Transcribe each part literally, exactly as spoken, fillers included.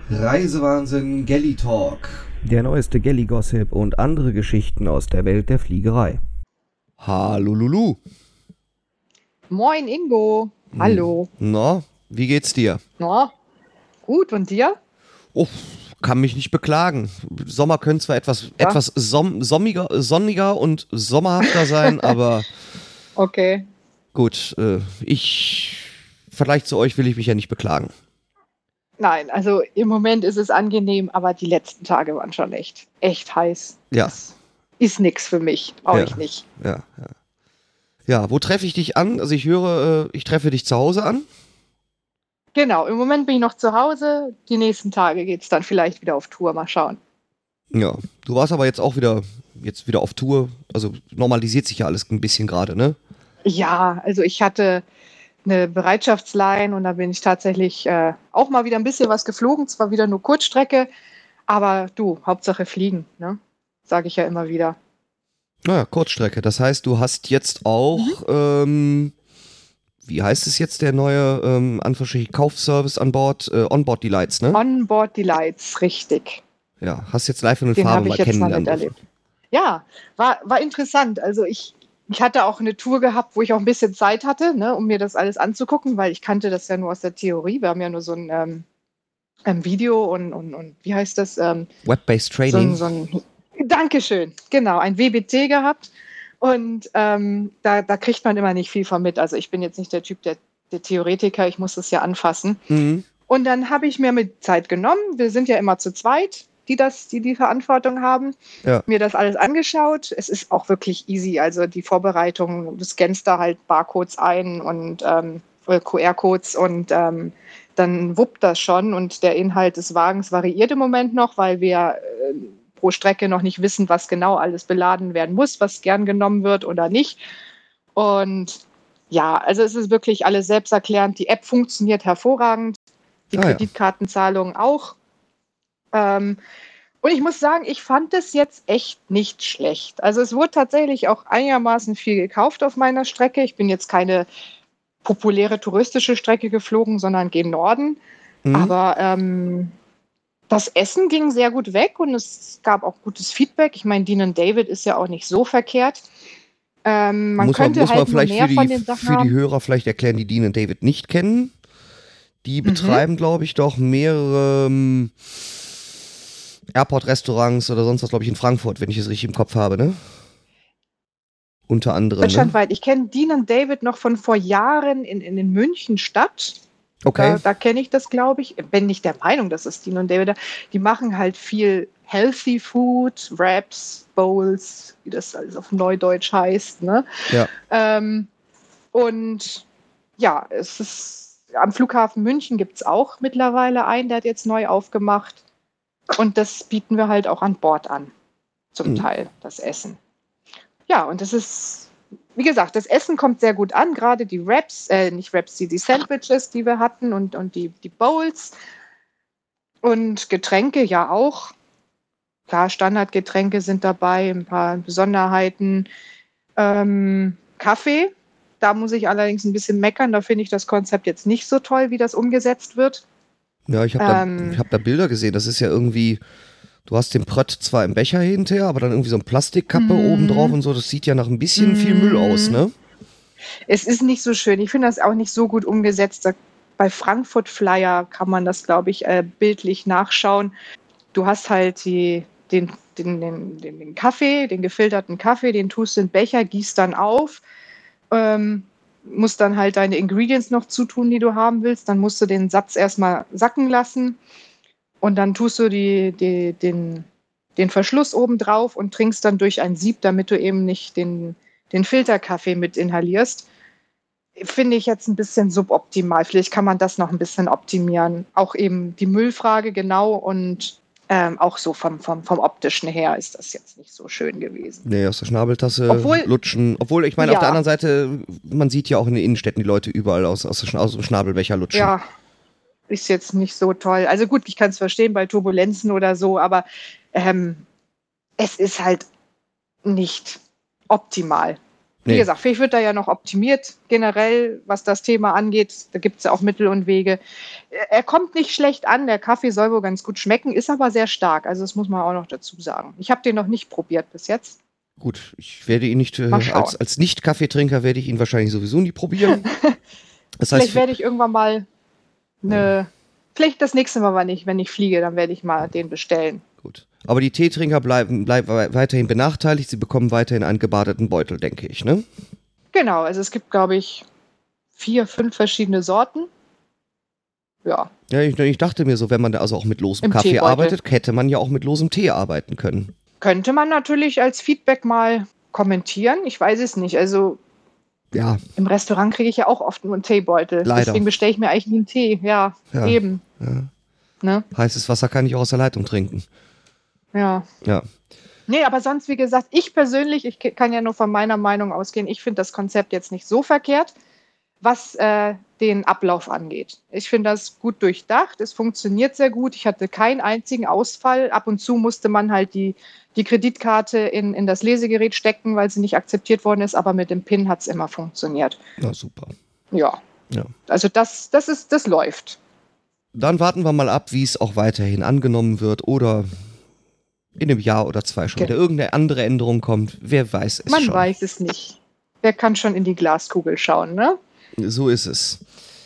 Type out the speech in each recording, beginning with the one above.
Reisewahnsinn Galley Talk. Der neueste Galley-Gossip und andere Geschichten aus der Welt der Fliegerei. Hallo Lulu. Moin Ingo. Hallo. Na, wie geht's dir? Na, gut, und dir? Oh, kann mich nicht beklagen. Sommer können zwar etwas, Ja. etwas som- sommiger, sonniger und sommerhafter sein, aber Okay. gut, äh, ich, im Vergleich zu euch will ich mich ja nicht beklagen. Nein, also im Moment ist es angenehm, aber die letzten Tage waren schon echt, echt heiß. Ja. Das ist nix für mich. Brauche Ja. ich nicht. Ja, ja. Ja, wo treffe ich dich an? Also ich höre, äh, ich treffe dich zu Hause an. Genau, im Moment bin ich noch zu Hause. Die nächsten Tage geht es dann vielleicht wieder auf Tour. Mal schauen. Ja, du warst aber jetzt auch wieder, jetzt wieder auf Tour. Also normalisiert sich ja alles ein bisschen gerade, ne? Ja, also ich hatte eine Bereitschaftsline und da bin ich tatsächlich äh, auch mal wieder ein bisschen was geflogen. Zwar wieder nur Kurzstrecke, aber du, Hauptsache fliegen, ne? Sage ich ja immer wieder. Naja, Kurzstrecke. Das heißt, du hast jetzt auch, ähm, wie heißt es jetzt, der neue ähm, Anführungsstrichen Kaufservice an Bord, äh, Onboard Delights, ne? Onboard Delights, richtig. Ja, hast jetzt live in Den Farbe habe mal ich jetzt mal kennenlernen dürfen. miterlebt. Ja, war, war interessant. Also ich, ich hatte auch eine Tour gehabt, wo ich auch ein bisschen Zeit hatte, ne, um mir das alles anzugucken, weil ich kannte das ja nur aus der Theorie. Wir haben ja nur so ein, ähm, ein Video und, und, und wie heißt das? Ähm, Web-based so ein, Training. so ein, Dankeschön, genau, ein W B T gehabt. Und ähm, da, da kriegt man immer nicht viel von mit. Also ich bin jetzt nicht der Typ, der, der Theoretiker, ich muss das ja anfassen. Mhm. Und dann habe ich mir mit Zeit genommen. Wir sind ja immer zu zweit, die das, die die Verantwortung haben. Ja. Mir das alles angeschaut. Es ist auch wirklich easy. Also die Vorbereitung, du scannst da halt Barcodes ein und ähm, Q R-Codes und ähm, dann wuppt das schon. Und der Inhalt des Wagens variiert im Moment noch, weil wir äh, pro Strecke noch nicht wissen, was genau alles beladen werden muss, was gern genommen wird oder nicht. Und ja, also es ist wirklich alles selbsterklärend. Die App funktioniert hervorragend. Die Ah, ja. Kreditkartenzahlung auch. Ähm, und ich muss sagen, ich fand es jetzt echt nicht schlecht. Also es wurde tatsächlich auch einigermaßen viel gekauft auf meiner Strecke. Ich bin jetzt keine populäre touristische Strecke geflogen, sondern gen Norden. Mhm. Aber ähm, das Essen ging sehr gut weg und es gab auch gutes Feedback. Ich meine, Dean and David ist ja auch nicht so verkehrt. Ähm, man muss man, könnte muss man halt nur vielleicht mehr für von die, den Sachen für die haben. Hörer vielleicht erklären, die Dean und David nicht kennen. Die Mhm. betreiben, glaube ich, doch mehrere ähm, Airport-Restaurants oder sonst was, glaube ich, in Frankfurt, wenn ich es richtig im Kopf habe, ne? Unter anderem, ne? Deutschlandweit. Ich kenne Dean und David noch von vor Jahren in, in, in München Stadt. Okay. Da, da kenne ich das, glaube ich. Bin nicht der Meinung, dass es Dean und David da. Die machen halt viel Healthy Food, Wraps, Bowls, wie das alles auf Neudeutsch heißt. Ne? Ja. Ähm, und ja, es ist am Flughafen München gibt es auch mittlerweile einen, der hat jetzt neu aufgemacht. Und das bieten wir halt auch an Bord an. Zum Mhm. Teil, das Essen. Ja, und das ist, wie gesagt, das Essen kommt sehr gut an, gerade die Wraps, äh, nicht Wraps, die, die Sandwiches, die wir hatten und, und die, die Bowls und Getränke ja auch. Klar, Standardgetränke sind dabei, ein paar Besonderheiten. Ähm, Kaffee, da muss ich allerdings ein bisschen meckern, da finde ich das Konzept jetzt nicht so toll, wie das umgesetzt wird. Ja, ich habe da, Ähm, ich hab da Bilder gesehen. Das ist ja irgendwie, du hast den Prött zwar im Becher hinterher, aber dann irgendwie so eine Plastikkappe Mhm. oben drauf und so. Das sieht ja nach ein bisschen viel Mhm. Müll aus, ne? Es ist nicht so schön. Ich finde das auch nicht so gut umgesetzt. Da, bei Frankfurt Flyer kann man das, glaube ich, äh, bildlich nachschauen. Du hast halt die, den, den, den, den, den Kaffee, den gefilterten Kaffee, den tust du in den Becher, gießt dann auf, ähm, musst dann halt deine Ingredients noch zutun, die du haben willst. Dann musst du den Satz erstmal sacken lassen und dann tust du die, die, den, den Verschluss oben drauf und trinkst dann durch ein Sieb, damit du eben nicht den, den Filterkaffee mit inhalierst. Finde ich jetzt ein bisschen suboptimal. Vielleicht kann man das noch ein bisschen optimieren. Auch eben die Müllfrage genau und ähm, auch so vom, vom, vom optischen her ist das jetzt nicht so schön gewesen. Nee, aus der Schnabeltasse Obwohl- lutschen. Obwohl, ich meine, Ja. auf der anderen Seite, man sieht ja auch in den Innenstädten die Leute überall aus, aus, der Schna- aus dem Schnabelbecher lutschen. Ja, ist jetzt nicht so toll. Also gut, ich kann es verstehen bei Turbulenzen oder so, aber ähm, es ist halt nicht optimal. Wie Nee. gesagt, vielleicht wird da ja noch optimiert, generell, was das Thema angeht. Da gibt es ja auch Mittel und Wege. Er kommt nicht schlecht an, der Kaffee soll wohl ganz gut schmecken, ist aber sehr stark. Also das muss man auch noch dazu sagen. Ich habe den noch nicht probiert bis jetzt. Gut, ich werde ihn nicht, äh, Mal schauen. als, als Nicht-Kaffeetrinker werde ich ihn wahrscheinlich sowieso nie probieren. Das heißt, Vielleicht werde ich irgendwann mal eine, vielleicht das nächste Mal, wenn ich, wenn ich fliege, dann werde ich mal den bestellen. gut. Aber die Teetrinker bleiben, bleiben weiterhin benachteiligt. Sie bekommen weiterhin einen gebadeten Beutel, denke ich, ne? Genau, also es gibt, glaube ich, vier, fünf verschiedene Sorten. Ja, Ja, ich, ich dachte mir so, wenn man da also auch mit losem Im Kaffee Teebeutel. arbeitet, hätte man ja auch mit losem Tee arbeiten können. könnte man natürlich als Feedback mal kommentieren. Ich weiß es nicht. Also Ja, im Restaurant kriege ich ja auch oft nur einen Teebeutel. Leider. Deswegen bestelle ich mir eigentlich nie einen Tee. Ja, Ja. eben. ja. Ne? Heißes Wasser kann ich auch aus der Leitung trinken. Ja. Ja. Nee, aber sonst, wie gesagt, ich persönlich, ich k- kann ja nur von meiner Meinung ausgehen, ich finde das Konzept jetzt nicht so verkehrt, was äh, den Ablauf angeht. Ich finde das gut durchdacht, es funktioniert sehr gut. Ich hatte keinen einzigen Ausfall. Ab und zu musste man halt die, die Kreditkarte in, in das Lesegerät stecken, weil sie nicht akzeptiert worden ist, aber mit dem PIN hat es immer funktioniert. Na super. Ja, Ja. also das, das, ist, das läuft. Dann warten wir mal ab, wie es auch weiterhin angenommen wird oder in einem Jahr oder zwei schon Ge- wieder irgendeine andere Änderung kommt. Wer weiß es Man schon. weiß es nicht. Wer kann schon in die Glaskugel schauen, ne? So ist es.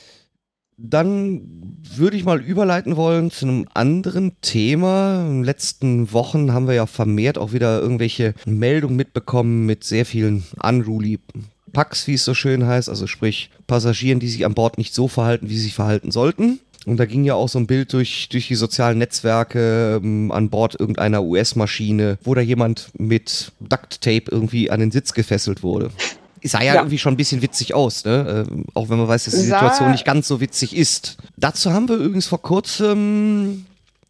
Dann würde ich mal überleiten wollen zu einem anderen Thema. In den letzten Wochen haben wir ja vermehrt auch wieder irgendwelche Meldungen mitbekommen mit sehr vielen unruly Packs, wie es so schön heißt, also sprich Passagieren, die sich an Bord nicht so verhalten, wie sie sich verhalten sollten. Und da ging ja auch so ein Bild durch, durch die sozialen Netzwerke ähm, an Bord irgendeiner U S-Maschine, wo da jemand mit Duct Tape irgendwie an den Sitz gefesselt wurde. Es sah ja, Ja. irgendwie schon ein bisschen witzig aus, ne? Ähm, auch wenn man weiß, dass die Sah- Situation nicht ganz so witzig ist. Dazu haben wir übrigens vor kurzem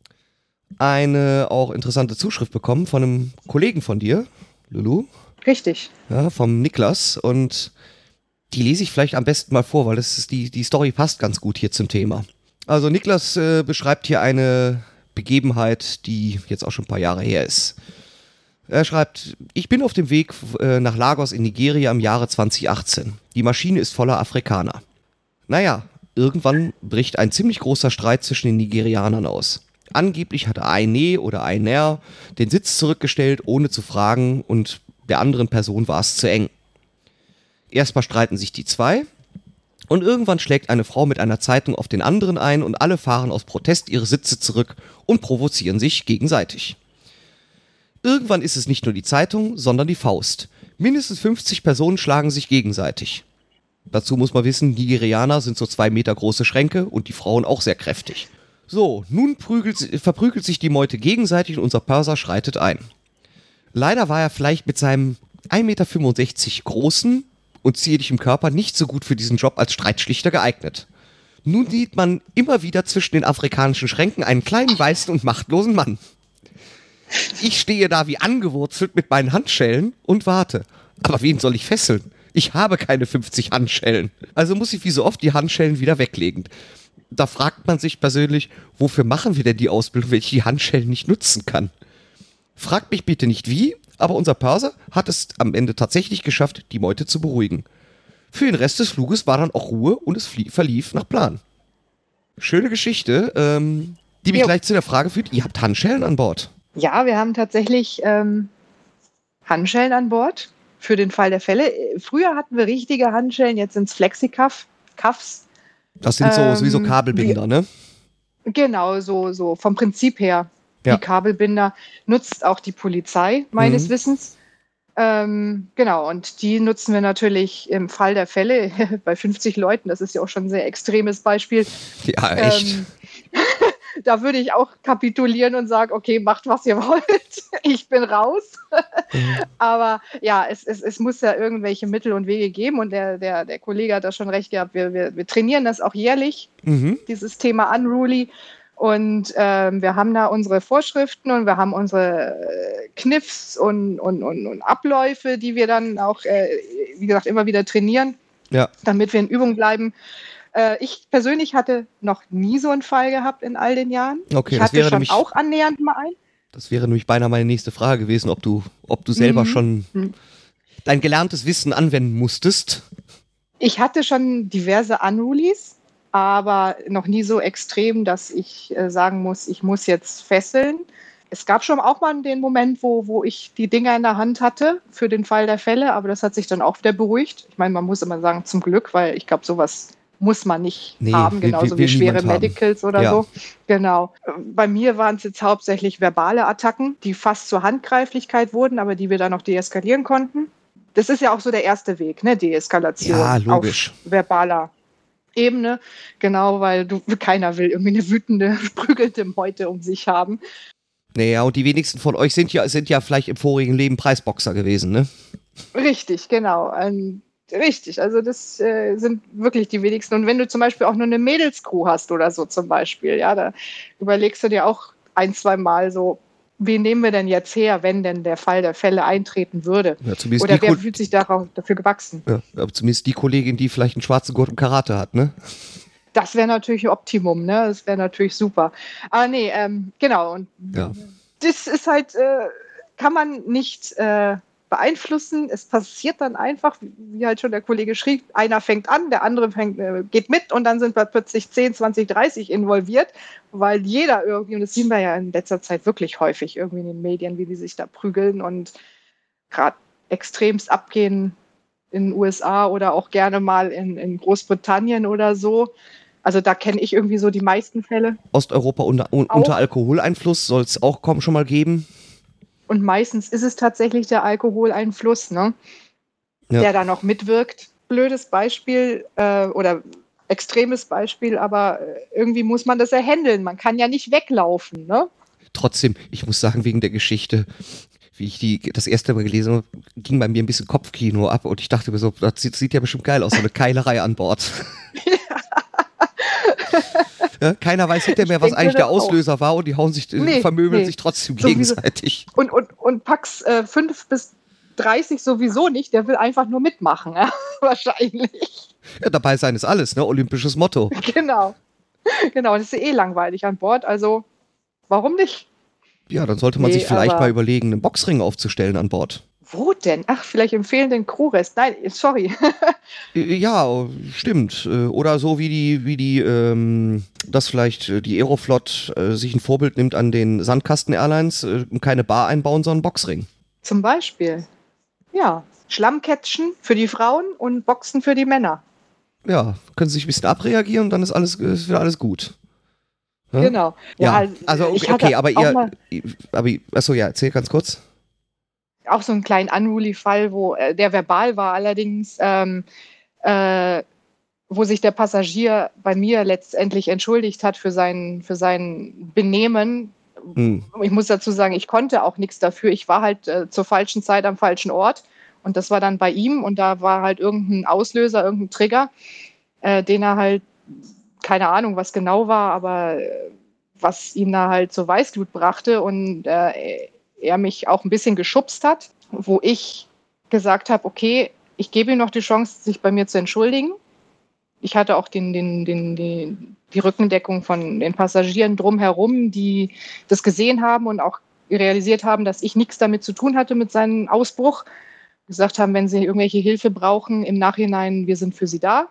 eine auch interessante Zuschrift bekommen von einem Kollegen von dir, Lulu, Richtig. ja, vom Niklas. Und die lese ich vielleicht am besten mal vor, weil das ist die, die Story passt ganz gut hier zum Thema. Also Niklas äh, beschreibt hier eine Begebenheit, die jetzt auch schon ein paar Jahre her ist. Er schreibt, ich bin auf dem Weg äh, nach Lagos in Nigeria im Jahre zwanzig achtzehn. Die Maschine ist voller Afrikaner. Naja, irgendwann bricht ein ziemlich großer Streit zwischen den Nigerianern aus. Angeblich hatte eine oder einer den Sitz zurückgestellt, ohne zu fragen, und der anderen Person war es zu eng. Erstmal streiten sich die zwei und irgendwann schlägt eine Frau mit einer Zeitung auf den anderen ein und alle fahren aus Protest ihre Sitze zurück und provozieren sich gegenseitig. Irgendwann ist es nicht nur die Zeitung, sondern die Faust. Mindestens fünfzig Personen schlagen sich gegenseitig. Dazu muss man wissen, Nigerianer sind so zwei Meter große Schränke und die Frauen auch sehr kräftig. So, nun prügelt, verprügelt sich die Meute gegenseitig und unser Pörser schreitet ein. Leider war er vielleicht mit seinem ein Meter fünfundsechzig großen und zierlichem Körper nicht so gut für diesen Job als Streitschlichter geeignet. Nun sieht man immer wieder zwischen den afrikanischen Schränken einen kleinen weißen und machtlosen Mann. Ich stehe da wie angewurzelt mit meinen Handschellen und warte. Aber wen soll ich fesseln? Ich habe keine fünfzig Handschellen. Also muss ich wie so oft die Handschellen wieder weglegen. Da fragt man sich persönlich, wofür machen wir denn die Ausbildung, wenn ich die Handschellen nicht nutzen kann? Fragt mich bitte nicht wie, aber unser Pörser hat es am Ende tatsächlich geschafft, die Meute zu beruhigen. Für den Rest des Fluges war dann auch Ruhe und es flie- verlief nach Plan. Schöne Geschichte, ähm, die mich Jo. gleich zu der Frage führt, ihr habt Handschellen an Bord. Ja, wir haben tatsächlich ähm, Handschellen an Bord für den Fall der Fälle. Früher hatten wir richtige Handschellen, jetzt sind es Flexikaff, Cuffs. Das sind so Ähm, sowieso Kabelbinder, ne? Genau, so, so vom Prinzip her. Ja. Die Kabelbinder nutzt auch die Polizei, meines Mhm. Wissens. Ähm, genau, und die nutzen wir natürlich im Fall der Fälle bei fünfzig Leuten. Das ist ja auch schon ein sehr extremes Beispiel. Ja, echt. Ähm, da würde ich auch kapitulieren und sagen, okay, macht, was ihr wollt. Ich bin raus. Mhm. Aber ja, es, es, es muss ja irgendwelche Mittel und Wege geben. Und der, der, der Kollege hat da schon recht gehabt. Wir, wir, wir trainieren das auch jährlich, Mhm. dieses Thema Unruly. Und ähm, wir haben da unsere Vorschriften und wir haben unsere äh, Kniffs und, und, und, und Abläufe, die wir dann auch, äh, wie gesagt, immer wieder trainieren, Ja. damit wir in Übung bleiben. Äh, ich persönlich hatte noch nie so einen Fall gehabt in all den Jahren. Okay, ich das hatte wäre schon nämlich- auch annähernd mal einen. Das wäre nämlich beinahe meine nächste Frage gewesen, ob du, ob du selber Mhm. schon Mhm. dein gelerntes Wissen anwenden musstest. Ich hatte schon diverse Unrulies, aber noch nie so extrem, dass ich äh, sagen muss, ich muss jetzt fesseln. Es gab schon auch mal den Moment, wo, wo ich die Dinger in der Hand hatte für den Fall der Fälle, aber das hat sich dann auch wieder beruhigt. Ich meine, man muss immer sagen, zum Glück, weil ich glaube, sowas muss man nicht nee, haben, genauso will, will wie schwere Medicals oder ja. so. Genau. Bei mir waren es jetzt hauptsächlich verbale Attacken, die fast zur Handgreiflichkeit wurden, aber die wir dann noch deeskalieren konnten. Das ist ja auch so der erste Weg, ne? Deeskalation ja, logisch. auf verbaler Ebene. Genau, weil du, keiner will irgendwie eine wütende, prügelte Meute um sich haben. Naja, und die wenigsten von euch sind ja, sind ja vielleicht im vorigen Leben Preisboxer gewesen, ne? Richtig, genau. Ähm, richtig, also das äh, sind wirklich die wenigsten. Und wenn du zum Beispiel auch nur eine Mädelscrew hast oder so zum Beispiel, ja, da überlegst du dir auch ein, zwei Mal so, wen nehmen wir denn jetzt her, wenn denn der Fall der Fälle eintreten würde? Ja, zumindest oder die wer Ko- fühlt sich darauf, dafür gewachsen? Ja, aber zumindest die Kollegin, die vielleicht einen schwarzen Gurt im Karate hat, ne? Das wäre natürlich ein Optimum, ne? Das wäre natürlich super. Aber nee, ähm, genau. Und Ja. das ist halt, äh, kann man nicht äh, beeinflussen. Es passiert dann einfach, wie halt schon der Kollege schrieb, einer fängt an, der andere fängt, äh, geht mit und dann sind wir plötzlich zehn, zwanzig, dreißig involviert, weil jeder irgendwie, und das sehen wir ja in letzter Zeit wirklich häufig irgendwie in den Medien, wie die sich da prügeln und gerade extremst abgehen in den U S A oder auch gerne mal in, in Großbritannien oder so. Also da kenne ich irgendwie so die meisten Fälle. Osteuropa unter, un, unter Alkoholeinfluss soll es auch kaum schon mal geben. Und meistens ist es tatsächlich der Alkoholeinfluss, ne? Ja. Der da noch mitwirkt. Blödes Beispiel äh, oder extremes Beispiel, aber irgendwie muss man das ja handeln. Man kann ja nicht weglaufen, ne? Trotzdem, ich muss sagen, wegen der Geschichte, wie ich die das erste Mal gelesen habe, ging bei mir ein bisschen Kopfkino ab und ich dachte mir so, das sieht, sieht ja bestimmt geil aus, so eine Keilerei an Bord. Ja, keiner weiß hinterher, was eigentlich der Auslöser auch war und die hauen sich, nee, vermöbeln nee. sich trotzdem sowieso gegenseitig. Und, und, und Pax äh, fünf bis dreißig sowieso nicht, der will einfach nur mitmachen, ja? Wahrscheinlich. Ja, dabei sein ist alles, ne? Olympisches Motto. Genau. Genau, das ist eh langweilig an Bord, also warum nicht? Ja, dann sollte man nee, sich vielleicht mal überlegen, einen Boxring aufzustellen an Bord. Wo denn? Ach, vielleicht empfehlen den Crewrest. Nein, sorry. Ja, stimmt. Oder so wie die, wie die, ähm, dass vielleicht die Aeroflot äh, sich ein Vorbild nimmt an den Sandkasten Airlines äh, und keine Bar einbauen, sondern einen Boxring. Zum Beispiel. Ja. Schlammcatchen für die Frauen und Boxen für die Männer. Ja, können sie sich ein bisschen abreagieren und dann ist alles, ist wieder alles gut. Ja? Genau. Ja, ja. Also okay, okay aber ihr, aber, achso, ja, erzähl ganz kurz. Auch so einen kleinen Unruly-Fall, wo äh, der verbal war allerdings, ähm, äh, wo sich der Passagier bei mir letztendlich entschuldigt hat für sein, für sein Benehmen. Hm. Ich muss dazu sagen, ich konnte auch nichts dafür. Ich war halt äh, zur falschen Zeit am falschen Ort und das war dann bei ihm und da war halt irgendein Auslöser, irgendein Trigger, äh, den er halt, keine Ahnung, was genau war, aber äh, was ihn da halt zur Weißglut brachte und äh, er mich auch ein bisschen geschubst hat, wo ich gesagt habe, okay, ich gebe ihm noch die Chance, sich bei mir zu entschuldigen. Ich hatte auch den, den, den, die, die Rückendeckung von den Passagieren drumherum, die das gesehen haben und auch realisiert haben, dass ich nichts damit zu tun hatte mit seinem Ausbruch. Gesagt haben, wenn sie irgendwelche Hilfe brauchen, im Nachhinein, wir sind für sie da.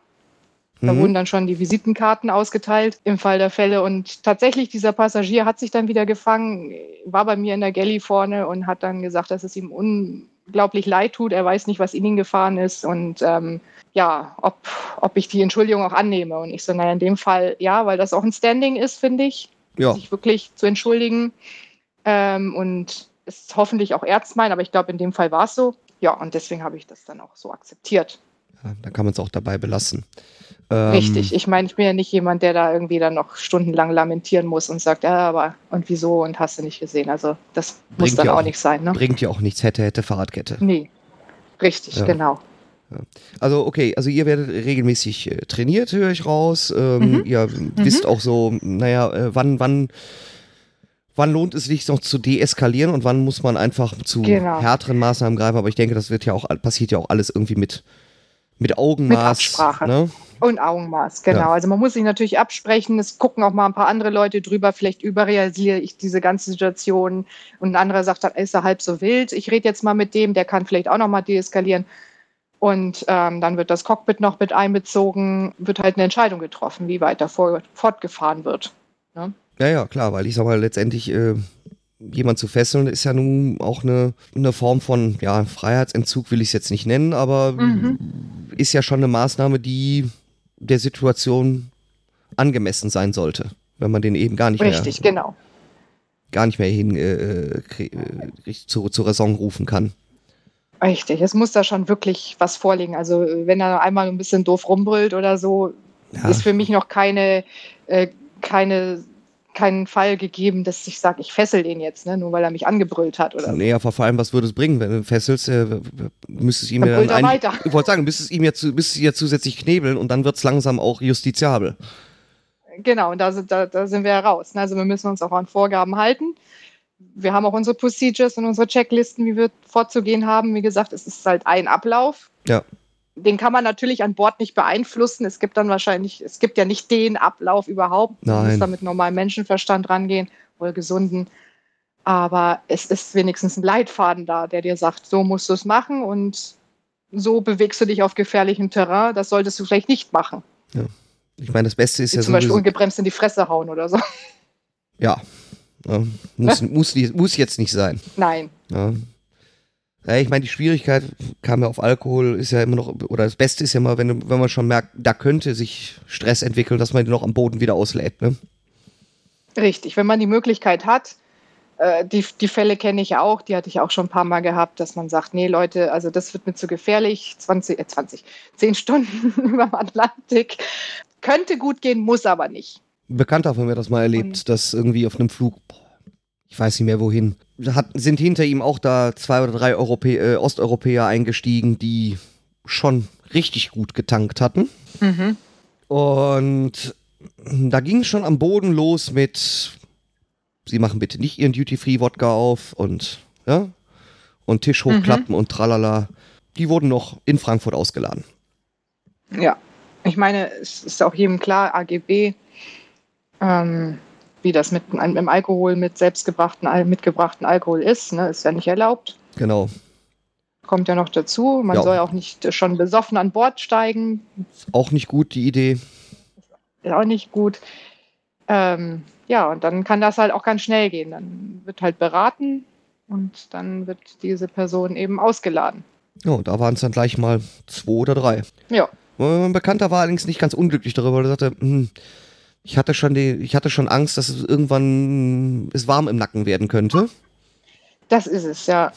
Da mhm. wurden dann schon die Visitenkarten ausgeteilt im Fall der Fälle. Und tatsächlich, dieser Passagier hat sich dann wieder gefangen, war bei mir in der Galley vorne und hat dann gesagt, dass es ihm unglaublich leid tut. Er weiß nicht, was in ihn gefahren ist und ähm, ja, ob, ob ich die Entschuldigung auch annehme. Und ich so, naja, in dem Fall ja, weil das auch ein Standing ist, finde ich, ja. sich wirklich zu entschuldigen. Ähm, und es ist hoffentlich auch ernst meinen, aber ich glaube, in dem Fall war es so. Ja, und deswegen habe ich das dann auch so akzeptiert. Ja, dann kann man es auch dabei belassen. Richtig, ich meine, ich bin ja nicht jemand, der da irgendwie dann noch stundenlang lamentieren muss und sagt, ja, aber und wieso und hast du nicht gesehen. Also das muss dann auch, auch nicht sein. Ne? Bringt ja auch nichts, hätte, hätte, Fahrradkette. Nee, richtig, ja. genau. Ja. Also okay, also ihr werdet regelmäßig äh, trainiert, höre ich raus. Ähm, mhm. Ihr mhm. wisst auch so, naja, äh, wann, wann, wann lohnt es sich noch zu deeskalieren und wann muss man einfach zu genau. härteren Maßnahmen greifen. Aber ich denke, das wird ja auch, passiert ja auch alles irgendwie mit Mit Augenmaß. Mit Absprache. Ne? Und Augenmaß, genau. Ja. Also man muss sich natürlich absprechen, es gucken auch mal ein paar andere Leute drüber, vielleicht überrealisiere ich diese ganze Situation und ein anderer sagt dann, ist er halb so wild, ich rede jetzt mal mit dem, der kann vielleicht auch noch mal deeskalieren und ähm, dann wird das Cockpit noch mit einbezogen, wird halt eine Entscheidung getroffen, wie weiter vor, fortgefahren wird. Ne? Ja, ja, klar, weil ich sag mal, letztendlich äh, jemand zu fesseln ist ja nun auch eine, eine Form von, ja, Freiheitsentzug will ich es jetzt nicht nennen, aber mhm. ist ja schon eine Maßnahme, die der Situation angemessen sein sollte, wenn man den eben gar nicht Richtig, mehr, genau. gar nicht mehr hin äh, äh, zu, zur Raison rufen kann. Richtig, es muss da schon wirklich was vorliegen. Also wenn er einmal ein bisschen doof rumbrüllt oder so, ja. ist für mich noch keine, äh, keine, keinen Fall gegeben, dass ich sage, ich fessel den jetzt, ne, nur weil er mich angebrüllt hat. Oder nee, aber vor allem, was würde es bringen, wenn du fesselst, äh, müsstest ihm dann ja dann weiter. Ich wollte sagen, müsstest ihm ja, zu, müsstest ja zusätzlich knebeln und dann wird es langsam auch justiziabel. Genau, und da, da, da sind wir ja raus. Also wir müssen uns auch an Vorgaben halten. Wir haben auch unsere Procedures und unsere Checklisten, wie wir vorzugehen haben. Wie gesagt, es ist halt ein Ablauf. Ja. Den kann man natürlich an Bord nicht beeinflussen. Es gibt dann wahrscheinlich, es gibt ja nicht den Ablauf überhaupt. Man muss da mit normalem Menschenverstand rangehen oder gesunden. Aber es ist wenigstens ein Leitfaden da, der dir sagt, so musst du es machen und so bewegst du dich auf gefährlichem Terrain. Das solltest du vielleicht nicht machen. Ja. Ich meine, das Beste ist Wie ja zum Beispiel ungebremst in die Fresse hauen oder so. Ja, ja muss, muss, muss jetzt nicht sein. Nein. Ja. Ja, ich meine, die Schwierigkeit kam ja auf Alkohol, ist ja immer noch, oder das Beste ist ja mal, wenn, wenn man schon merkt, da könnte sich Stress entwickeln, dass man den noch am Boden wieder auslädt. Ne? Richtig, wenn man die Möglichkeit hat, äh, die, die Fälle kenne ich auch, die hatte ich auch schon ein paar Mal gehabt, dass man sagt, nee Leute, also das wird mir zu gefährlich, zwanzig, äh zwanzig, zehn Stunden über dem Atlantik. Könnte gut gehen, muss aber nicht. Ein Bekannter von mir hat das mal erlebt, und dass irgendwie auf einem Flug, ich weiß nicht mehr wohin, hat, sind hinter ihm auch da zwei oder drei Europä- äh, Osteuropäer eingestiegen, die schon richtig gut getankt hatten. Mhm. Und da ging es schon am Boden los mit, Sie machen bitte nicht Ihren Duty-Free-Wodka auf und, ja, und Tisch hochklappen mhm. und tralala. Die wurden noch in Frankfurt ausgeladen. Ja. Ich meine, es ist auch jedem klar, A G B, ähm, wie das mit einem Alkohol, mit selbstgebrachten, mitgebrachten Alkohol ist, ne, ist ja nicht erlaubt. Genau. Kommt ja noch dazu. Man ja. soll auch nicht schon besoffen an Bord steigen. Ist auch nicht gut, die Idee. Ist auch nicht gut. Ähm, ja, und dann kann das halt auch ganz schnell gehen. Dann wird halt beraten und dann wird diese Person eben ausgeladen. Ja, und da waren es dann gleich mal zwei oder drei. Ja. Mein Bekannter war allerdings nicht ganz unglücklich darüber, weil er sagte, hm, ich hatte schon die, ich hatte schon Angst, dass es irgendwann es warm im Nacken werden könnte. Das ist es, ja.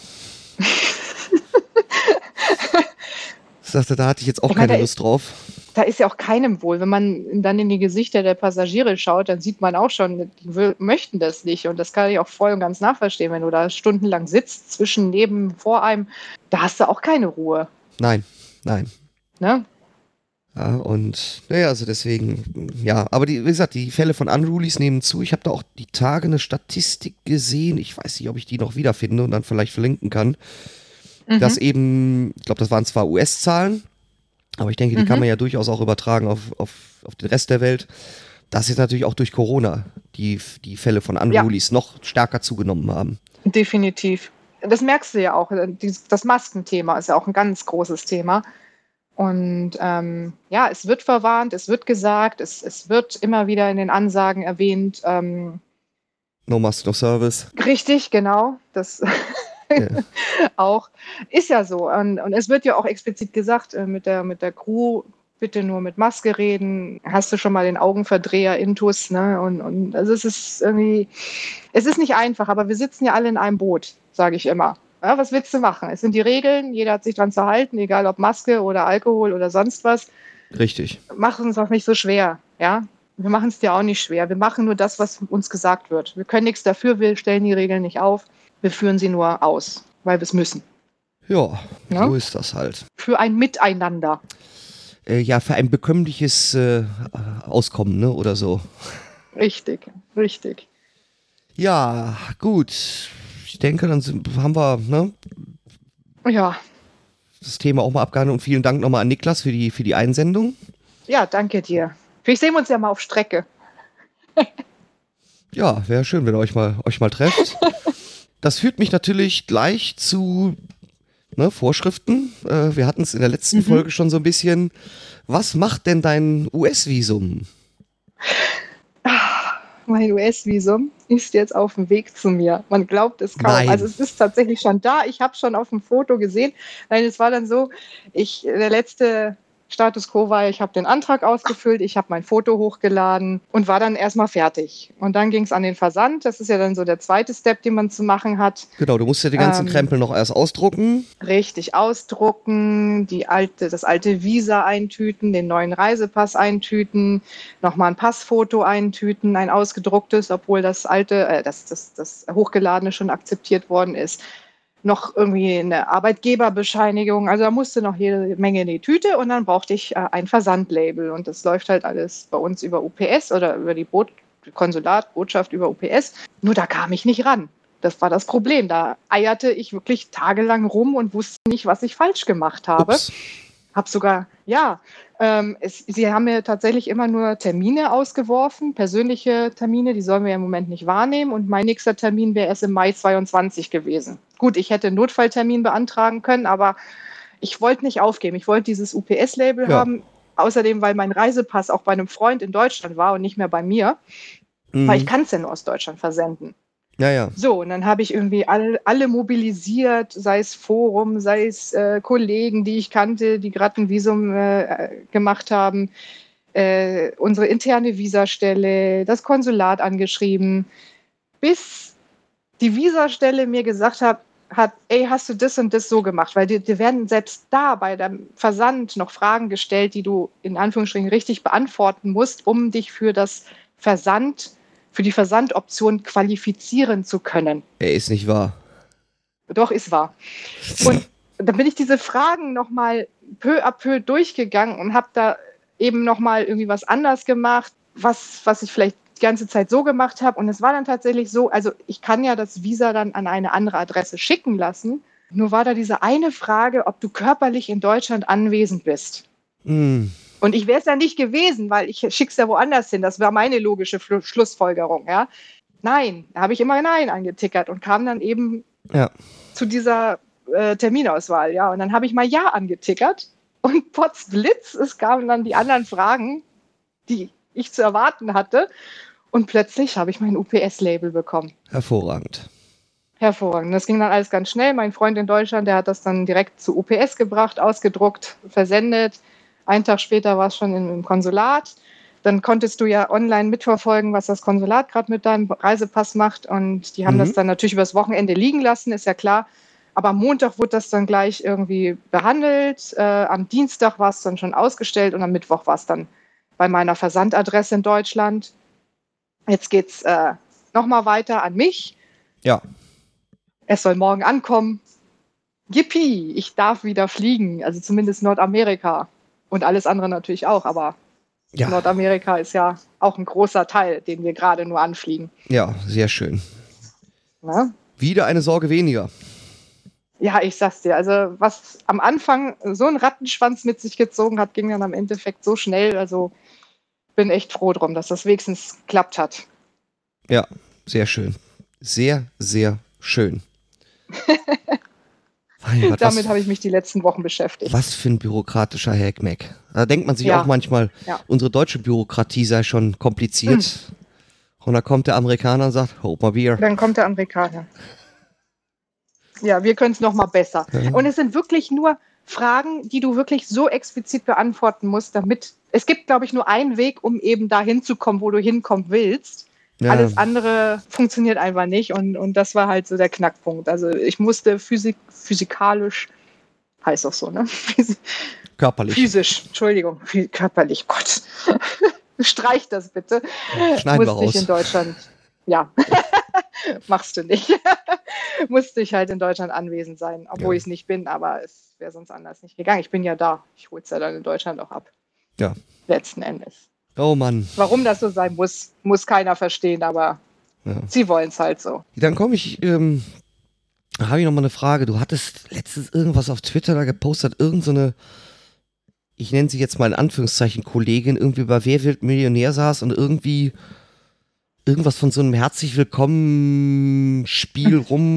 Ich sagte, da hatte ich jetzt auch ich meine, keine Lust ist, drauf. Da ist ja auch keinem wohl. Wenn man dann in die Gesichter der Passagiere schaut, dann sieht man auch schon, die will, möchten das nicht. Und das kann ich auch voll und ganz nachverstehen, wenn du da stundenlang sitzt, zwischen, neben, vor einem, da hast du auch keine Ruhe. Nein, nein. Ne? Ja, und naja, also deswegen, ja, aber die, wie gesagt, die Fälle von Unrulies nehmen zu. Ich habe da auch die Tage eine Statistik gesehen, ich weiß nicht, ob ich die noch wiederfinde und dann vielleicht verlinken kann, mhm. dass eben, ich glaube, das waren zwar U S-Zahlen, aber ich denke, die mhm. kann man ja durchaus auch übertragen auf, auf, auf den Rest der Welt, dass jetzt natürlich auch durch Corona die, die Fälle von Unrulies ja. noch stärker zugenommen haben. Definitiv. Das merkst du ja auch, das Maskenthema ist ja auch ein ganz großes Thema. Und ähm, ja, es wird verwarnt, es wird gesagt, es, es wird immer wieder in den Ansagen erwähnt. Ähm, no Mask, no Service. Richtig, genau. Das yeah. auch ist ja so. Und, und es wird ja auch explizit gesagt, äh, mit der, mit der Crew bitte nur mit Maske reden. Hast du schon mal den Augenverdreher Intus? Ne? Und, und also es ist irgendwie, es ist nicht einfach, aber wir sitzen ja alle in einem Boot, sage ich immer. Ja, was willst du machen? Es sind die Regeln, jeder hat sich dran zu halten, egal ob Maske oder Alkohol oder sonst was. Richtig. Mach es uns auch nicht so schwer, ja? Wir machen es dir auch nicht schwer. Wir machen nur das, was uns gesagt wird. Wir können nichts dafür, wir stellen die Regeln nicht auf. Wir führen sie nur aus, weil wir es müssen. Ja, ja, so ist das halt. Für ein Miteinander. Äh, ja, für ein bekömmliches äh, Auskommen, ne, oder so. Richtig, richtig. Ja, gut. Ich denke, dann sind, haben wir, ne? Ja. das Thema auch mal abgehandelt und vielen Dank nochmal an Niklas für die, für die Einsendung. Ja, danke dir. Vielleicht sehen wir uns ja mal auf Strecke. Ja, wäre schön, wenn ihr euch mal, euch mal trefft. Das führt mich natürlich gleich zu ne, Vorschriften. Äh, wir hatten es in der letzten mhm. Folge schon so ein bisschen. Was macht denn dein U S-Visum? Mein U S-Visum ist jetzt auf dem Weg zu mir. Man glaubt es kaum. Nein. Also es ist tatsächlich schon da. Ich habe schon auf dem Foto gesehen. Nein, es war dann so, ich, der letzte Status quo war, ich habe den Antrag ausgefüllt, ich habe mein Foto hochgeladen und war dann erstmal fertig. Und dann ging es an den Versand. Das ist ja dann so der zweite Step, den man zu machen hat. Genau, du musst ja die ganzen ähm, Krempel noch erst ausdrucken. Richtig, ausdrucken, die alte, das alte Visa eintüten, den neuen Reisepass eintüten, nochmal ein Passfoto eintüten, ein ausgedrucktes, obwohl das alte, äh, das, das, das hochgeladene schon akzeptiert worden ist. Noch irgendwie eine Arbeitgeberbescheinigung. Also da musste noch jede Menge in die Tüte und dann brauchte ich äh, ein Versandlabel. Und das läuft halt alles bei uns über U P S oder über die Boot Konsulat, Botschaft über U P S. Nur da kam ich nicht ran. Das war das Problem. Da eierte ich wirklich tagelang rum und wusste nicht, was ich falsch gemacht habe. Ups. Hab sogar, ja, ähm, es, sie haben mir tatsächlich immer nur Termine ausgeworfen, persönliche Termine, die sollen wir im Moment nicht wahrnehmen. Und mein nächster Termin wäre erst im Mai zweiundzwanzig gewesen. Gut, ich hätte einen Notfalltermin beantragen können, aber ich wollte nicht aufgeben. Ich wollte dieses U P S-Label Ja. haben. Außerdem, weil mein Reisepass auch bei einem Freund in Deutschland war und nicht mehr bei mir. Mhm. Weil ich kann es ja nur aus Deutschland versenden. Ja, ja. So, und dann habe ich irgendwie all, alle mobilisiert, sei es Forum, sei es äh, Kollegen, die ich kannte, die gerade ein Visum äh, gemacht haben, äh, unsere interne Visastelle, das Konsulat angeschrieben, bis die Visastelle mir gesagt hat, hat, ey, hast du das und das so gemacht? Weil dir, dir werden selbst da bei dem Versand noch Fragen gestellt, die du in Anführungsstrichen richtig beantworten musst, um dich für das Versand für die Versandoption qualifizieren zu können. Er ist nicht wahr. Doch, ist wahr. Und dann bin ich diese Fragen nochmal peu à peu durchgegangen und habe da eben nochmal irgendwie was anders gemacht, was, was ich vielleicht die ganze Zeit so gemacht habe. Und es war dann tatsächlich so, also ich kann ja das Visa dann an eine andere Adresse schicken lassen. Nur war da diese eine Frage, ob du körperlich in Deutschland anwesend bist. Mm. Und ich wäre es ja nicht gewesen, weil ich schicke es ja woanders hin. Das war meine logische Fl- Schlussfolgerung. Ja? Nein, da habe ich immer Nein angetickert und kam dann eben ja. zu dieser äh, Terminauswahl. Ja? Und dann habe ich mal Ja angetickert und potzblitz, es kamen dann die anderen Fragen, die ich zu erwarten hatte. Und plötzlich habe ich mein U P S-Label bekommen. Hervorragend. Hervorragend. Das ging dann alles ganz schnell. Mein Freund in Deutschland, der hat das dann direkt zu U P S gebracht, ausgedruckt, versendet. Einen Tag später war es schon im Konsulat. Dann konntest du ja online mitverfolgen, was das Konsulat gerade mit deinem Reisepass macht. Und die haben mhm. das dann natürlich übers Wochenende liegen lassen, ist ja klar. Aber am Montag wurde das dann gleich irgendwie behandelt. Äh, am Dienstag war es dann schon ausgestellt und am Mittwoch war es dann bei meiner Versandadresse in Deutschland. Jetzt geht es äh, nochmal weiter an mich. Ja. Es soll morgen ankommen. Yippie, ich darf wieder fliegen. Also zumindest Nordamerika. Und alles andere natürlich auch, aber ja. Nordamerika ist ja auch ein großer Teil, den wir gerade nur anfliegen. Ja, sehr schön. Na? Wieder eine Sorge weniger. Ja, ich sag's dir, also was am Anfang so einen Rattenschwanz mit sich gezogen hat, ging dann am Endeffekt so schnell. Also bin echt froh drum, dass das wenigstens geklappt hat. Ja, sehr schön. Sehr, sehr schön. Gott, Damit habe ich mich die letzten Wochen beschäftigt. Was für ein bürokratischer Hackmack. Da denkt man sich ja. auch manchmal, ja. unsere deutsche Bürokratie sei schon kompliziert. Hm. Und dann kommt der Amerikaner und sagt, hold my beer. Dann kommt der Amerikaner. Ja, wir können es noch mal besser. Ja. Und es sind wirklich nur Fragen, die du wirklich so explizit beantworten musst, damit, es gibt, glaube ich, nur einen Weg, um eben da hinzukommen, wo du hinkommen willst. Ja. Alles andere funktioniert einfach nicht und, und das war halt so der Knackpunkt. Also ich musste physik, physikalisch, heißt auch so, ne? Körperlich. Physisch, Entschuldigung, körperlich, Gott. Streich das bitte. Schneiden wir musste ich raus. in Deutschland, ja, machst du nicht. Musste ich halt in Deutschland anwesend sein, obwohl ja. ich es nicht bin, aber es wäre sonst anders nicht gegangen. Ich bin ja da. Ich hole es ja dann in Deutschland auch ab. Ja. Letzten Endes. Oh Mann. Warum das so sein muss, muss keiner verstehen, aber ja. sie wollen es halt so. Dann komme ich ähm, Da habe ich noch mal eine Frage. Du hattest letztens irgendwas auf Twitter da gepostet, irgend so eine, ich nenne sie jetzt mal in Anführungszeichen Kollegin, irgendwie bei Wer wird Millionär saß und irgendwie irgendwas von so einem herzlich willkommen Spiel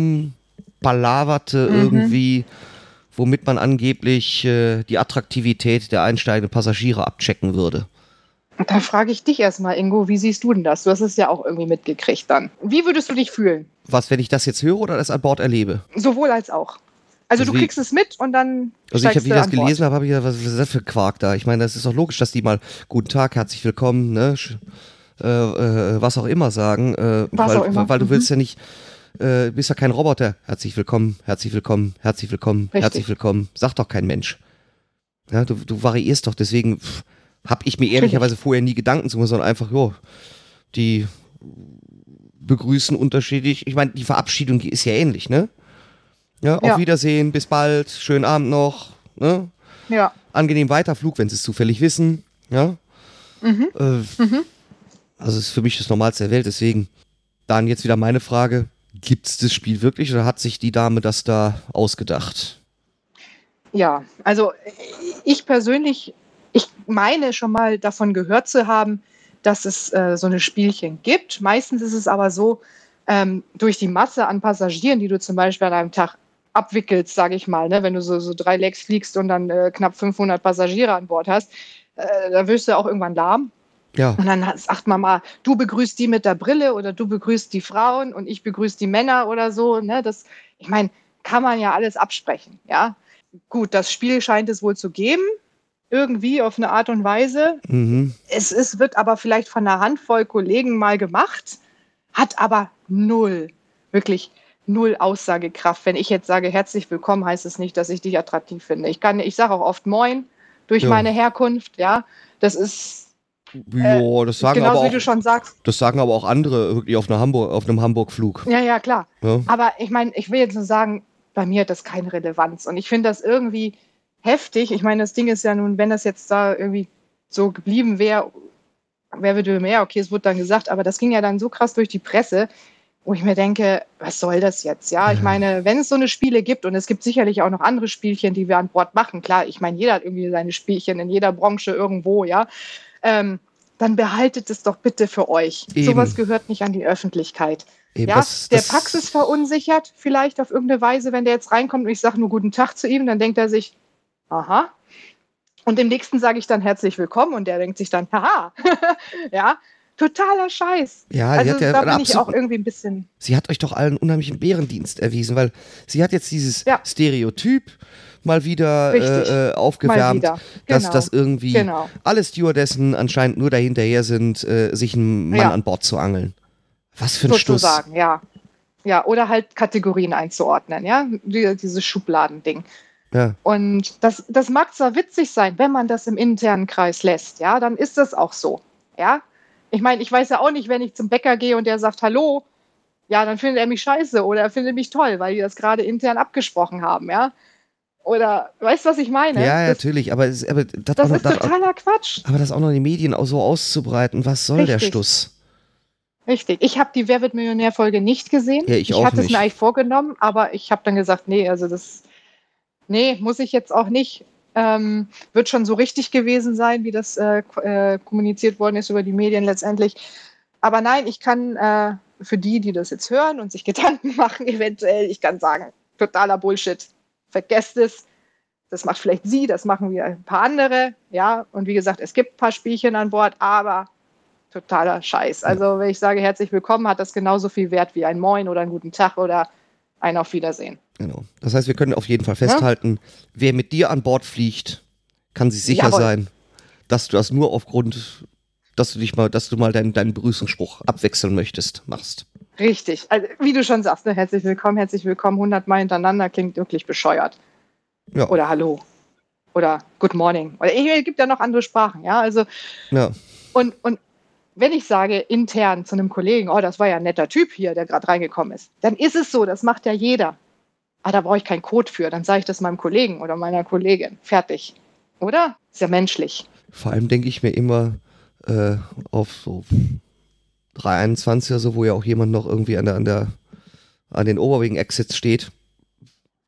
rumbalaverte Mhm. irgendwie, womit man angeblich äh, die Attraktivität der einsteigenden Passagiere abchecken würde. Und da frage ich dich erstmal, Ingo, wie siehst du denn das? Du hast es ja auch irgendwie mitgekriegt dann. Wie würdest du dich fühlen? Was, wenn ich das jetzt höre oder das an Bord erlebe? Sowohl als auch. Also, Also du wie- kriegst es mit und dann Also ich steigst habe, wie du ich das an Bord. gelesen habe, habe ich gedacht, was ist das für Quark da? Ich meine, das ist doch logisch, dass die mal guten Tag, herzlich willkommen, ne, sch- äh, äh, was auch immer sagen, äh, Was weil, auch immer, weil du mhm. willst ja nicht, äh, bist ja kein Roboter. Herzlich willkommen, herzlich willkommen, herzlich willkommen, Richtig. herzlich willkommen. Sagt doch kein Mensch. Ja, du, du variierst doch, deswegen pff, hab ich mir ehrlicherweise vorher nie Gedanken zu machen, sondern einfach, jo, die begrüßen unterschiedlich. Ich meine, die Verabschiedung ist ja ähnlich, ne? Ja, auf Ja. Wiedersehen, bis bald, schönen Abend noch, ne? Ja. Angenehm Weiterflug, wenn sie es zufällig wissen, ja? Mhm. Äh, Mhm. Also es ist für mich das Normalste der Welt, deswegen dann jetzt wieder meine Frage, gibt es das Spiel wirklich oder hat sich die Dame das da ausgedacht? Ja, also ich persönlich, ich meine schon mal davon gehört zu haben, dass es äh, so eine Spielchen gibt. Meistens ist es aber so, ähm, durch die Masse an Passagieren, die du zum Beispiel an einem Tag abwickelst, sage ich mal, ne, wenn du so, so drei Lecks fliegst und dann äh, knapp fünfhundert Passagiere an Bord hast, äh, da wirst du auch irgendwann lahm. Ja, Und dann sagt man mal, du begrüßt die mit der Brille oder du begrüßt die Frauen und ich begrüße die Männer oder so. Ne? Das, ich meine, kann man ja alles absprechen. Ja, gut, das Spiel scheint es wohl zu geben, irgendwie auf eine Art und Weise. mhm. Es ist, wird aber vielleicht von einer Handvoll Kollegen mal gemacht, hat aber null, wirklich null Aussagekraft. Wenn ich jetzt sage, herzlich willkommen, heißt es nicht, dass ich dich attraktiv finde. Ich kann, ich sage auch oft Moin durch Ja. meine Herkunft. Ja, das ist Ja, das sagen genauso aber wie du auch, schon sagst. das sagen aber auch andere wirklich auf einer Hamburg, auf einem Hamburg-Flug. Ja, ja, klar. Ja. Aber ich meine, ich will jetzt nur sagen, bei mir hat das keine Relevanz. Und ich finde das irgendwie heftig. Ich meine, das Ding ist ja nun, wenn das jetzt da irgendwie so geblieben wäre, wer würde mehr? Okay, es wurde dann gesagt, aber das ging ja dann so krass durch die Presse, wo ich mir denke, was soll das jetzt? Ja, ich Ja. meine, wenn es so eine Spiele gibt und es gibt sicherlich auch noch andere Spielchen, die wir an Bord machen, klar, ich meine, jeder hat irgendwie seine Spielchen in jeder Branche irgendwo, ja, ähm, dann behaltet es doch bitte für euch. Eben. Sowas gehört nicht an die Öffentlichkeit. Eben, Ja, das- der das- Praxis verunsichert vielleicht auf irgendeine Weise, wenn der jetzt reinkommt und ich sage nur guten Tag zu ihm, dann denkt er sich, aha. Und dem nächsten sage ich dann herzlich willkommen und der denkt sich dann, haha. Ja, totaler Scheiß. Ja, sie also hat ja da einen bin ich auch absoluten- irgendwie ein bisschen, Sie hat euch doch allen unheimlichen Bärendienst erwiesen, weil sie hat jetzt dieses Ja. Stereotyp mal wieder Richtig. äh, äh, aufgewärmt, Mal wieder. dass Genau. das irgendwie Genau. alle Stewardessen anscheinend nur dahinterher sind, äh, sich einen Mann Ja. an Bord zu angeln. Was für ein Stuss. sozusagen, ja. Ja, oder halt Kategorien einzuordnen, ja, Die, dieses Schubladending. Ja. Und das, das mag zwar witzig sein, wenn man das im internen Kreis lässt, ja, dann ist das auch so, ja. Ich meine, ich weiß ja auch nicht, wenn ich zum Bäcker gehe und der sagt Hallo, ja, dann findet er mich scheiße oder er findet mich toll, weil die das gerade intern abgesprochen haben, ja. Oder, weißt du, was ich meine? Ja, das, natürlich, aber, es, aber, das das auch noch, ist das, totaler Quatsch. aber das auch noch in den Medien auch so auszubreiten, was soll der Richtig. Stuss? Richtig. Ich habe die Wer wird Millionär-Folge nicht gesehen. Ja, ich auch hatte es nicht. mir eigentlich vorgenommen, aber ich habe dann gesagt, nee, also das, nee, muss ich jetzt auch nicht. Ähm, wird schon so richtig gewesen sein, wie das äh, ko- äh, kommuniziert worden ist über die Medien letztendlich. Aber nein, ich kann äh, für die, die das jetzt hören und sich Gedanken machen, eventuell, ich kann sagen, totaler Bullshit. Vergesst es. Das macht vielleicht sie, das machen wir ein paar andere. Ja, und wie gesagt, es gibt ein paar Spielchen an Bord, aber totaler Scheiß. Also, wenn ich sage herzlich willkommen, hat das genauso viel Wert wie ein Moin oder einen guten Tag oder ein Auf Wiedersehen. Genau. Das heißt, wir können auf jeden Fall festhalten, wer mit dir an Bord fliegt, kann sich sicher Jawohl. sein, dass du das nur aufgrund, dass du dich mal, dass du mal deinen, deinen Begrüßungsspruch abwechseln möchtest, machst. Richtig. Also, wie du schon sagst, ne? Herzlich willkommen, herzlich willkommen, hundertmal hintereinander klingt wirklich bescheuert. Ja. Oder Hallo. Oder Good Morning. Oder es gibt ja noch andere Sprachen, ja. Also, Ja. und, und wenn ich sage intern zu einem Kollegen, oh, das war ja ein netter Typ hier, der gerade reingekommen ist, dann ist es so, das macht ja jeder. Aber da brauche ich keinen Code für, dann sage ich das meinem Kollegen oder meiner Kollegin. Fertig. Oder? Ist ja menschlich. Vor allem denke ich mir immer äh, auf so drei einundzwanzig oder so, wo ja auch jemand noch irgendwie an der, an der, an den Oberwing-Exits steht.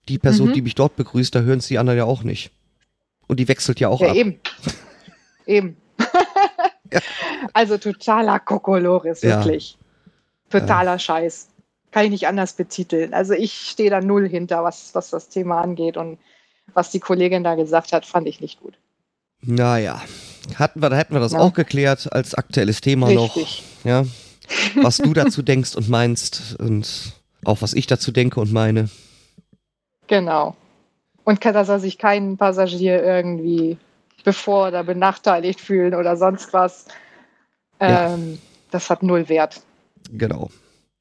die Person, Mhm. die mich dort begrüßt, da hören es die anderen ja auch nicht. Und die wechselt ja auch Ja, ab. eben. Eben. Ja. Also totaler Kokolores, Ja. wirklich. Totaler Scheiß. Kann ich nicht anders betiteln. Also ich stehe da null hinter, was, was das Thema angeht. Und was die Kollegin da gesagt hat, fand ich nicht gut. Naja, hatten wir, da hätten wir das Ja. auch geklärt als aktuelles Thema Richtig. noch. Ja, was du dazu denkst und meinst und auch was ich dazu denke und meine. Genau. Und kann, dass er sich keinen Passagier irgendwie bevor oder benachteiligt fühlen oder sonst was. Ja. Ähm, das hat null Wert. Genau.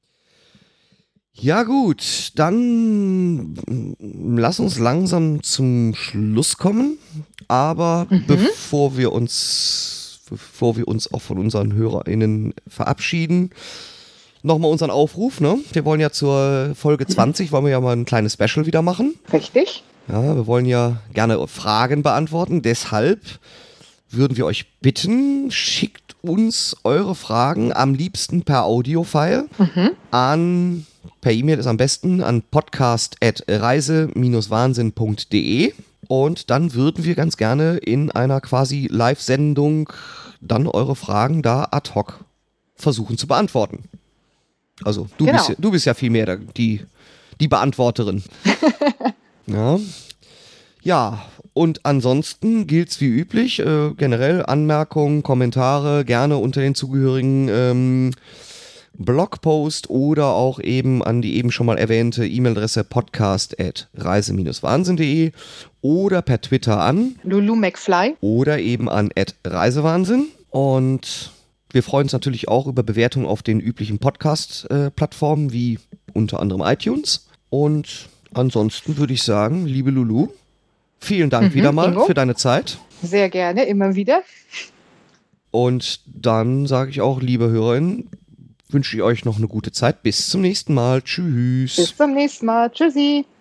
Ja gut, dann mm, lass uns langsam zum Schluss kommen. Aber Mhm. bevor wir uns, bevor wir uns auch von unseren HörerInnen verabschieden, nochmal unseren Aufruf, ne? Wir wollen ja zur Folge zwanzig, wollen wir ja mal ein kleines Special wieder machen. Richtig? Ja, wir wollen ja gerne Fragen beantworten. Deshalb würden wir euch bitten, schickt uns eure Fragen am liebsten per Audio-File Mhm. an, per E-Mail ist am besten, an podcast at reise wahnsinn punkt de und dann würden wir ganz gerne in einer quasi Live-Sendung dann eure Fragen da ad hoc versuchen zu beantworten. Also du, Genau. bist, ja- du bist ja viel mehr der- die, die Beantworterin. Ja. Ja, und ansonsten gilt es wie üblich, äh, generell Anmerkungen, Kommentare gerne unter den zugehörigen ähm, Blogpost oder auch eben an die eben schon mal erwähnte E-Mail-Adresse podcast at reise wahnsinn punkt de oder per Twitter an Lulu McFly. oder eben an at reisewahnsinn. Und wir freuen uns natürlich auch über Bewertungen auf den üblichen Podcast-Plattformen wie unter anderem iTunes. Und ansonsten würde ich sagen, liebe Lulu, vielen Dank Mhm, wieder mal Ingo. für deine Zeit. Sehr gerne, immer wieder. Und dann sage ich auch, liebe HörerInnen, wünsche ich euch noch eine gute Zeit. Bis zum nächsten Mal. Tschüss. Bis zum nächsten Mal. Tschüssi.